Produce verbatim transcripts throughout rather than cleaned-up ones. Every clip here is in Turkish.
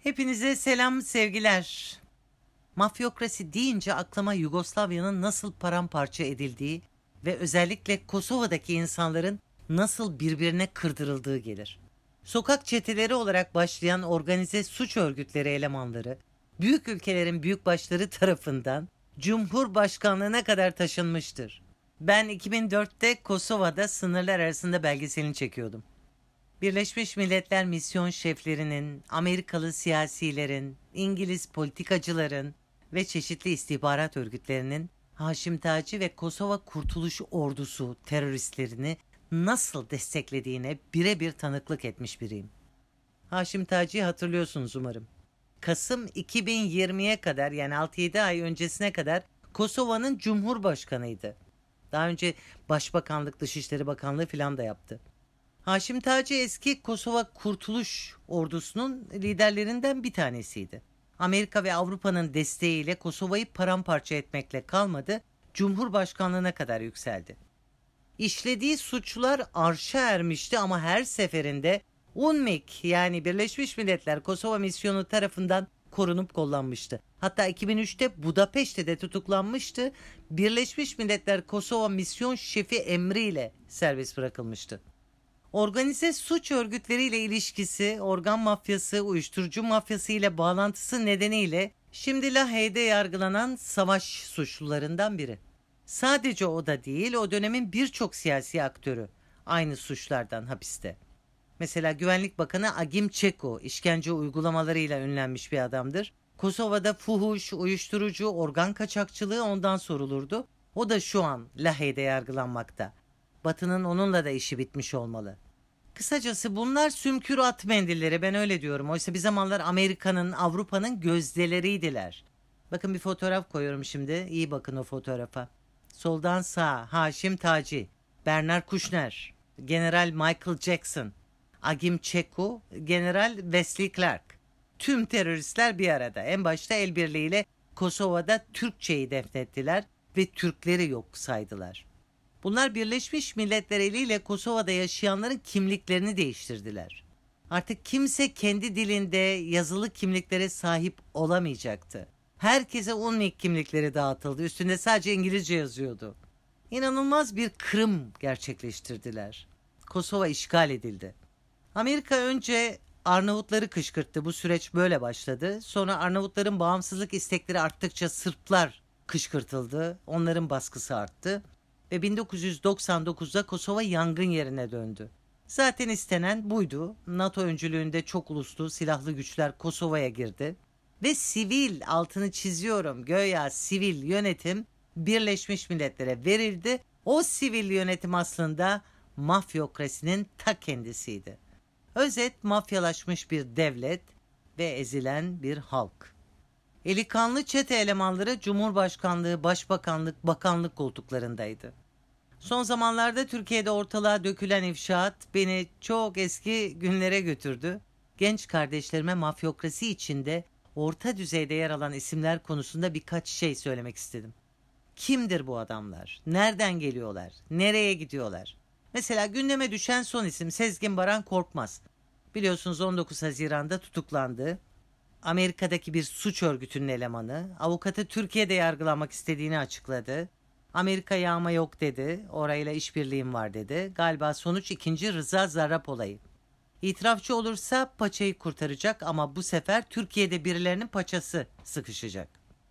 Hepinize selam, sevgiler. Mafyokrasi deyince aklıma Yugoslavya'nın nasıl paramparça edildiği ve özellikle Kosova'daki insanların nasıl birbirine kırdırıldığı gelir. Sokak çeteleri olarak başlayan organize suç örgütleri elemanları, büyük ülkelerin büyükbaşları tarafından Cumhurbaşkanlığına kadar taşınmıştır. Ben iki bin dörtte Kosova'da sınırlar arasında belgeselini çekiyordum. Birleşmiş Milletler misyon şeflerinin, Amerikalı siyasilerin, İngiliz politikacıların ve çeşitli istihbarat örgütlerinin Haşim Taci ve Kosova Kurtuluş Ordusu teröristlerini nasıl desteklediğine birebir tanıklık etmiş biriyim. Haşim Taci'yi hatırlıyorsunuz umarım. Kasım iki bin yirmiye kadar, yani altı yedi ay öncesine kadar Kosova'nın Cumhurbaşkanıydı. Daha önce Başbakanlık, Dışişleri Bakanlığı filan da yaptı. Haşim Taci eski Kosova Kurtuluş Ordusu'nun liderlerinden bir tanesiydi. Amerika ve Avrupa'nın desteğiyle Kosova'yı paramparça etmekle kalmadı, Cumhurbaşkanlığına kadar yükseldi. İşlediği suçlar arşa ermişti ama her seferinde UNMIK, yani Birleşmiş Milletler Kosova Misyonu tarafından korunup kollanmıştı. Hatta iki bin üçte Budapeşte'de tutuklanmıştı. Birleşmiş Milletler Kosova Misyon Şefi emriyle serbest bırakılmıştı. Organize suç örgütleriyle ilişkisi, organ mafyası, uyuşturucu mafyası ile bağlantısı nedeniyle şimdi Lahey'de yargılanan savaş suçlularından biri. Sadece o da değil, o dönemin birçok siyasi aktörü aynı suçlardan hapiste. Mesela Güvenlik Bakanı Agim Çeko işkence uygulamalarıyla ünlenmiş bir adamdır. Kosova'da fuhuş, uyuşturucu, organ kaçakçılığı ondan sorulurdu. O da şu an Lahey'de yargılanmakta. Batı'nın onunla da işi bitmiş olmalı. Kısacası bunlar sümkürat mendilleri, ben öyle diyorum. Oysa bir zamanlar Amerika'nın, Avrupa'nın gözdeleriydiler. Bakın bir fotoğraf koyuyorum şimdi. İyi bakın o fotoğrafa. Soldan sağa Haşim Taci, Bernard Kouchner, General Michael Jackson, Agim Çeko, General Wesley Clark. Tüm teröristler bir arada. En başta el birliğiyle Kosova'da Türkçeyi defnettiler ve Türkleri yok saydılar. Bunlar Birleşmiş Milletler eliyle Kosova'da yaşayanların kimliklerini değiştirdiler. Artık kimse kendi dilinde yazılı kimliklere sahip olamayacaktı. Herkese UNMIK kimlikleri dağıtıldı. Üstünde sadece İngilizce yazıyordu. İnanılmaz bir kırım gerçekleştirdiler. Kosova işgal edildi. Amerika önce Arnavutları kışkırttı. Bu süreç böyle başladı. Sonra Arnavutların bağımsızlık istekleri arttıkça Sırplar kışkırtıldı. Onların baskısı arttı. Ve bin dokuz yüz doksan dokuzda Kosova yangın yerine döndü. Zaten istenen buydu. NATO öncülüğünde çok uluslu silahlı güçler Kosova'ya girdi. Ve sivil, altını çiziyorum, göya sivil yönetim Birleşmiş Milletler'e verildi. O sivil yönetim aslında mafyokrasinin ta kendisiydi. Özet, mafyalaşmış bir devlet ve ezilen bir halk. Eli kanlı çete elemanları Cumhurbaşkanlığı, Başbakanlık, Bakanlık koltuklarındaydı. Son zamanlarda Türkiye'de ortalığa dökülen ifşaat beni çok eski günlere götürdü. Genç kardeşlerime mafyokrasi içinde orta düzeyde yer alan isimler konusunda birkaç şey söylemek istedim. Kimdir bu adamlar? Nereden geliyorlar? Nereye gidiyorlar? Mesela gündeme düşen son isim Sezgin Baran Korkmaz. Biliyorsunuz on dokuz Haziran'da tutuklandı. Amerika'daki bir suç örgütünün elemanı. Avukatı Türkiye'de yargılanmak istediğini açıkladı. Amerika yağma yok dedi. Orayla işbirliğim var dedi. Galiba sonuç ikinci Rıza Zarrab olayı. İtirafçı olursa paçayı kurtaracak ama bu sefer Türkiye'de birilerinin paçası sıkışacak.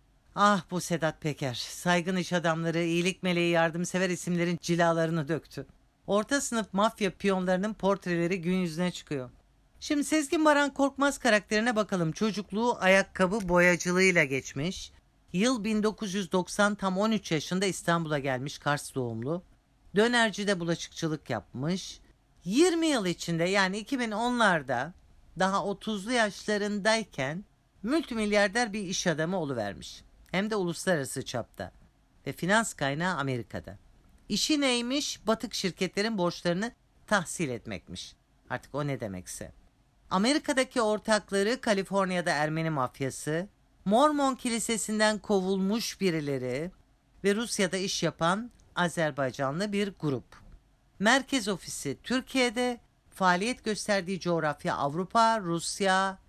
Ah bu Sedat Peker, saygın iş adamları, iyilik meleği, yardımsever isimlerin cilalarını döktü. Orta sınıf mafya piyonlarının portreleri gün yüzüne çıkıyor. Şimdi Sezgin Baran Korkmaz karakterine bakalım. Çocukluğu ayakkabı boyacılığıyla geçmiş. Yıl bin dokuz yüz doksan, tam on üç yaşında İstanbul'a gelmiş, Kars doğumlu. Dönercide bulaşıkçılık yapmış. yirmi yıl içinde, yani iki bin onlarda daha otuzlu yaşlarındayken multimilyarder bir iş adamı oluvermiş. Hem de uluslararası çapta. Ve finans kaynağı Amerika'da. İşi neymiş? Batık şirketlerin borçlarını tahsil etmekmiş. Artık o ne demekse. Amerika'daki ortakları Kaliforniya'da Ermeni mafyası, Mormon kilisesinden kovulmuş birileri ve Rusya'da iş yapan Azerbaycanlı bir grup. Merkez ofisi Türkiye'de, faaliyet gösterdiği coğrafya Avrupa, Rusya,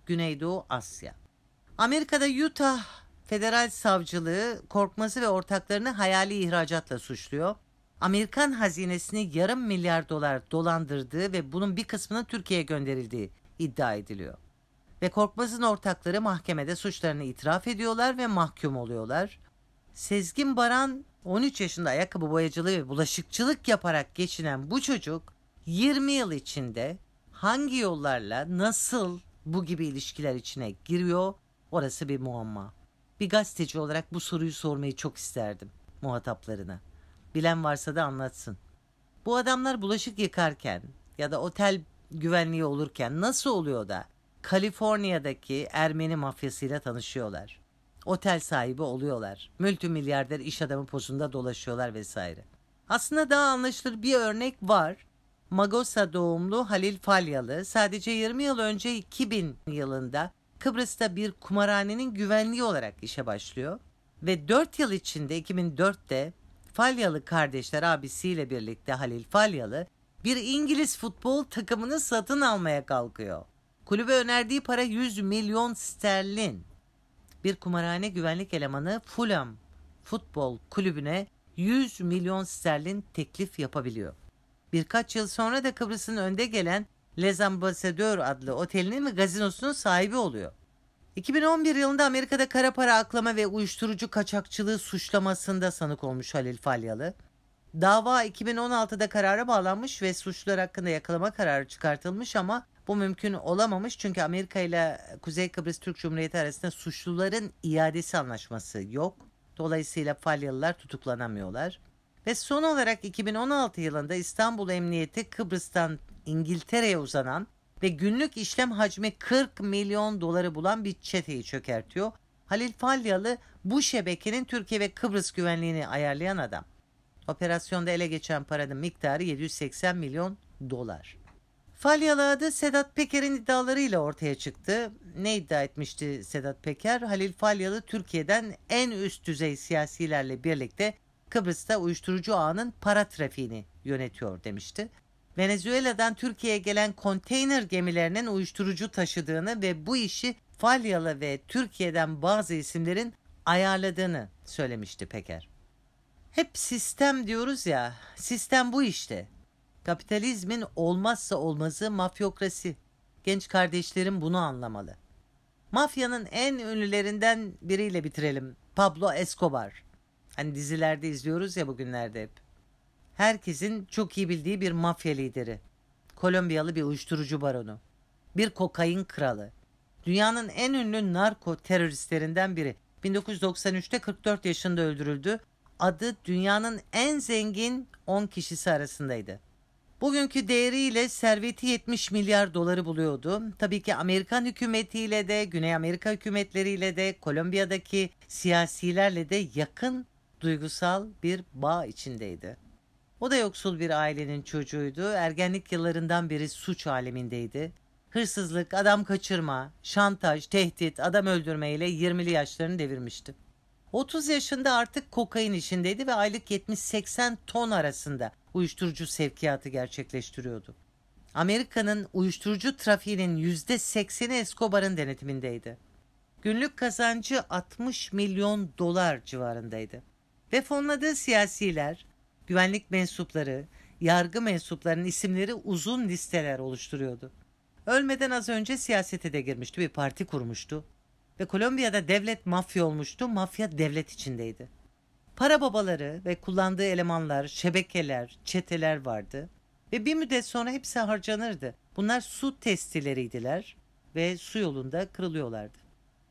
Güneydoğu Asya. Amerika'da Utah Federal Savcılığı Korkmaz'ı ve ortaklarını hayali ihracatla suçluyor. Amerikan hazinesini yarım milyar dolar dolandırdığı ve bunun bir kısmının Türkiye'ye gönderildiği iddia ediliyor. Ve Korkmaz'ın ortakları mahkemede suçlarını itiraf ediyorlar ve mahkum oluyorlar. Sezgin Baran on üç yaşında ayakkabı boyacılığı ve bulaşıkçılık yaparak geçinen bu çocuk yirmi yıl içinde hangi yollarla nasıl bu gibi ilişkiler içine giriyor, orası bir muamma. Bir gazeteci olarak bu soruyu sormayı çok isterdim muhataplarına. Bilen varsa da anlatsın. Bu adamlar bulaşık yıkarken ya da otel güvenliği olurken nasıl oluyor da Kaliforniya'daki Ermeni mafyasıyla tanışıyorlar? Otel sahibi oluyorlar. Multimilyarder iş adamı pozunda dolaşıyorlar vesaire. Aslında daha anlaşılır bir örnek var. Magosa doğumlu Halil Falyalı sadece yirmi yıl önce iki bin yılında Kıbrıs'ta bir kumarhanenin güvenliği olarak işe başlıyor. Ve dört yıl içinde iki bin dörtte Falyalı kardeşler abisiyle birlikte Halil Falyalı bir İngiliz futbol takımını satın almaya kalkıyor. Kulübe önerdiği para yüz milyon sterlin. Bir kumarhane güvenlik elemanı Fulham Futbol Kulübü'ne yüz milyon sterlin teklif yapabiliyor. Birkaç yıl sonra da Kıbrıs'ın önde gelen Les Ambassadeurs adlı otelinin ve gazinosunun sahibi oluyor. iki bin on bir yılında Amerika'da kara para aklama ve uyuşturucu kaçakçılığı suçlamasında sanık olmuş Halil Falyalı. Dava iki bin on altıda karara bağlanmış ve suçlular hakkında yakalama kararı çıkartılmış ama bu mümkün olamamış çünkü Amerika ile Kuzey Kıbrıs Türk Cumhuriyeti arasında suçluların iadesi anlaşması yok. Dolayısıyla Falyalılar tutuklanamıyorlar. Ve son olarak iki bin on altı yılında İstanbul Emniyeti Kıbrıs'tan İngiltere'ye uzanan ve günlük işlem hacmi kırk milyon doları bulan bir çeteyi çökertiyor. Halil Falyalı bu şebekenin Türkiye ve Kıbrıs güvenliğini ayarlayan adam. Operasyonda ele geçen paranın miktarı yedi yüz seksen milyon dolar. Falyalı adı Sedat Peker'in iddialarıyla ortaya çıktı. Ne iddia etmişti Sedat Peker? Halil Falyalı Türkiye'den en üst düzey siyasilerle birlikte Kıbrıs'ta uyuşturucu ağının para trafiğini yönetiyor demişti. Venezuela'dan Türkiye'ye gelen konteyner gemilerinin uyuşturucu taşıdığını ve bu işi Falyalı ve Türkiye'den bazı isimlerin ayarladığını söylemişti Peker. Hep sistem diyoruz ya, sistem bu işte. Kapitalizmin olmazsa olmazı mafyokrasi. Genç kardeşlerim bunu anlamalı. Mafyanın en ünlülerinden biriyle bitirelim. Pablo Escobar. Hani dizilerde izliyoruz ya bugünlerde hep. Herkesin çok iyi bildiği bir mafya lideri. Kolombiyalı bir uyuşturucu baronu. Bir kokain kralı. Dünyanın en ünlü narko teröristlerinden biri. bin dokuz yüz doksan üçte kırk dört yaşında öldürüldü. Adı dünyanın en zengin on kişisi arasındaydı. Bugünkü değeriyle serveti yetmiş milyar doları buluyordu. Tabii ki Amerikan hükümetiyle de, Güney Amerika hükümetleriyle de, Kolombiya'daki siyasilerle de yakın duygusal bir bağ içindeydi. O da yoksul bir ailenin çocuğuydu. Ergenlik yıllarından beri suç alemindeydi. Hırsızlık, adam kaçırma, şantaj, tehdit, adam öldürmeyle yirmili yaşlarını devirmişti. otuz yaşında artık kokain işindeydi ve aylık yetmiş seksen ton arasında uyuşturucu sevkiyatı gerçekleştiriyordu. Amerika'nın uyuşturucu trafiğinin yüzde sekseni Escobar'ın denetimindeydi. Günlük kazancı altmış milyon dolar civarındaydı. Ve fonladığı siyasiler, güvenlik mensupları, yargı mensuplarının isimleri uzun listeler oluşturuyordu. Ölmeden az önce siyasete de girmişti, bir parti kurmuştu. Ve Kolombiya'da devlet mafya olmuştu, mafya devlet içindeydi. Para babaları ve kullandığı elemanlar, şebekeler, çeteler vardı. Ve bir müddet sonra hepsi harcanırdı. Bunlar su testileriydiler ve su yolunda kırılıyorlardı.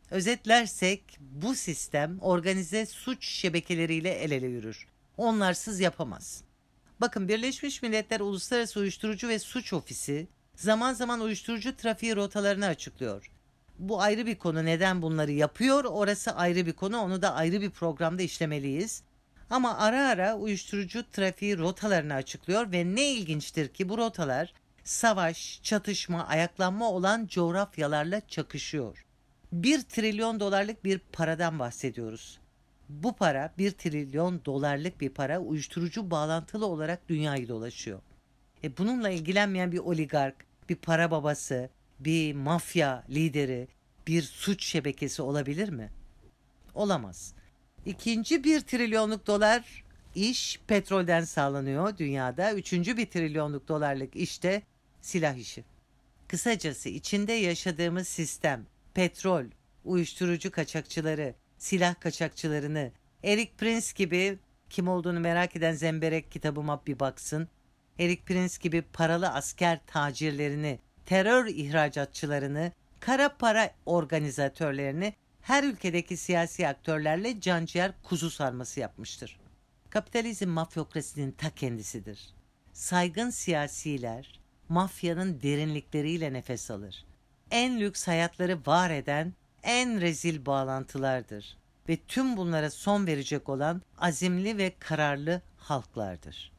Özetlersek bu sistem organize suç şebekeleriyle el ele yürür. Onlarsız yapamaz. Bakın Birleşmiş Milletler Uluslararası Uyuşturucu ve Suç Ofisi zaman zaman uyuşturucu trafiği rotalarını açıklıyor. Bu ayrı bir konu. Neden bunları yapıyor? Orası ayrı bir konu. Onu da ayrı bir programda işlemeliyiz. Ama ara ara uyuşturucu trafiği rotalarını açıklıyor ve ne ilginçtir ki bu rotalar savaş, çatışma, ayaklanma olan coğrafyalarla çakışıyor. Bir trilyon dolarlık bir paradan bahsediyoruz. Bu para bir trilyon dolarlık bir para uyuşturucu bağlantılı olarak dünyayı dolaşıyor. E bununla ilgilenmeyen bir oligark, bir para babası bir mafya lideri, bir suç şebekesi olabilir mi? Olamaz. İkinci bir trilyonluk dolar iş petrolden sağlanıyor dünyada. Üçüncü bir trilyonluk dolarlık işte silah işi. Kısacası içinde yaşadığımız sistem, petrol, uyuşturucu kaçakçıları, silah kaçakçılarını, Eric Prince gibi, kim olduğunu merak eden Zemberek kitabıma bir baksın. Eric Prince gibi paralı asker tacirlerini, terör ihracatçılarını, kara para organizatörlerini her ülkedeki siyasi aktörlerle canciğer kuzu sarması yapmıştır. Kapitalizm mafyokrasinin ta kendisidir. Saygın siyasiler mafyanın derinlikleriyle nefes alır. En lüks hayatları var eden en rezil bağlantılardır ve tüm bunlara son verecek olan azimli ve kararlı halklardır.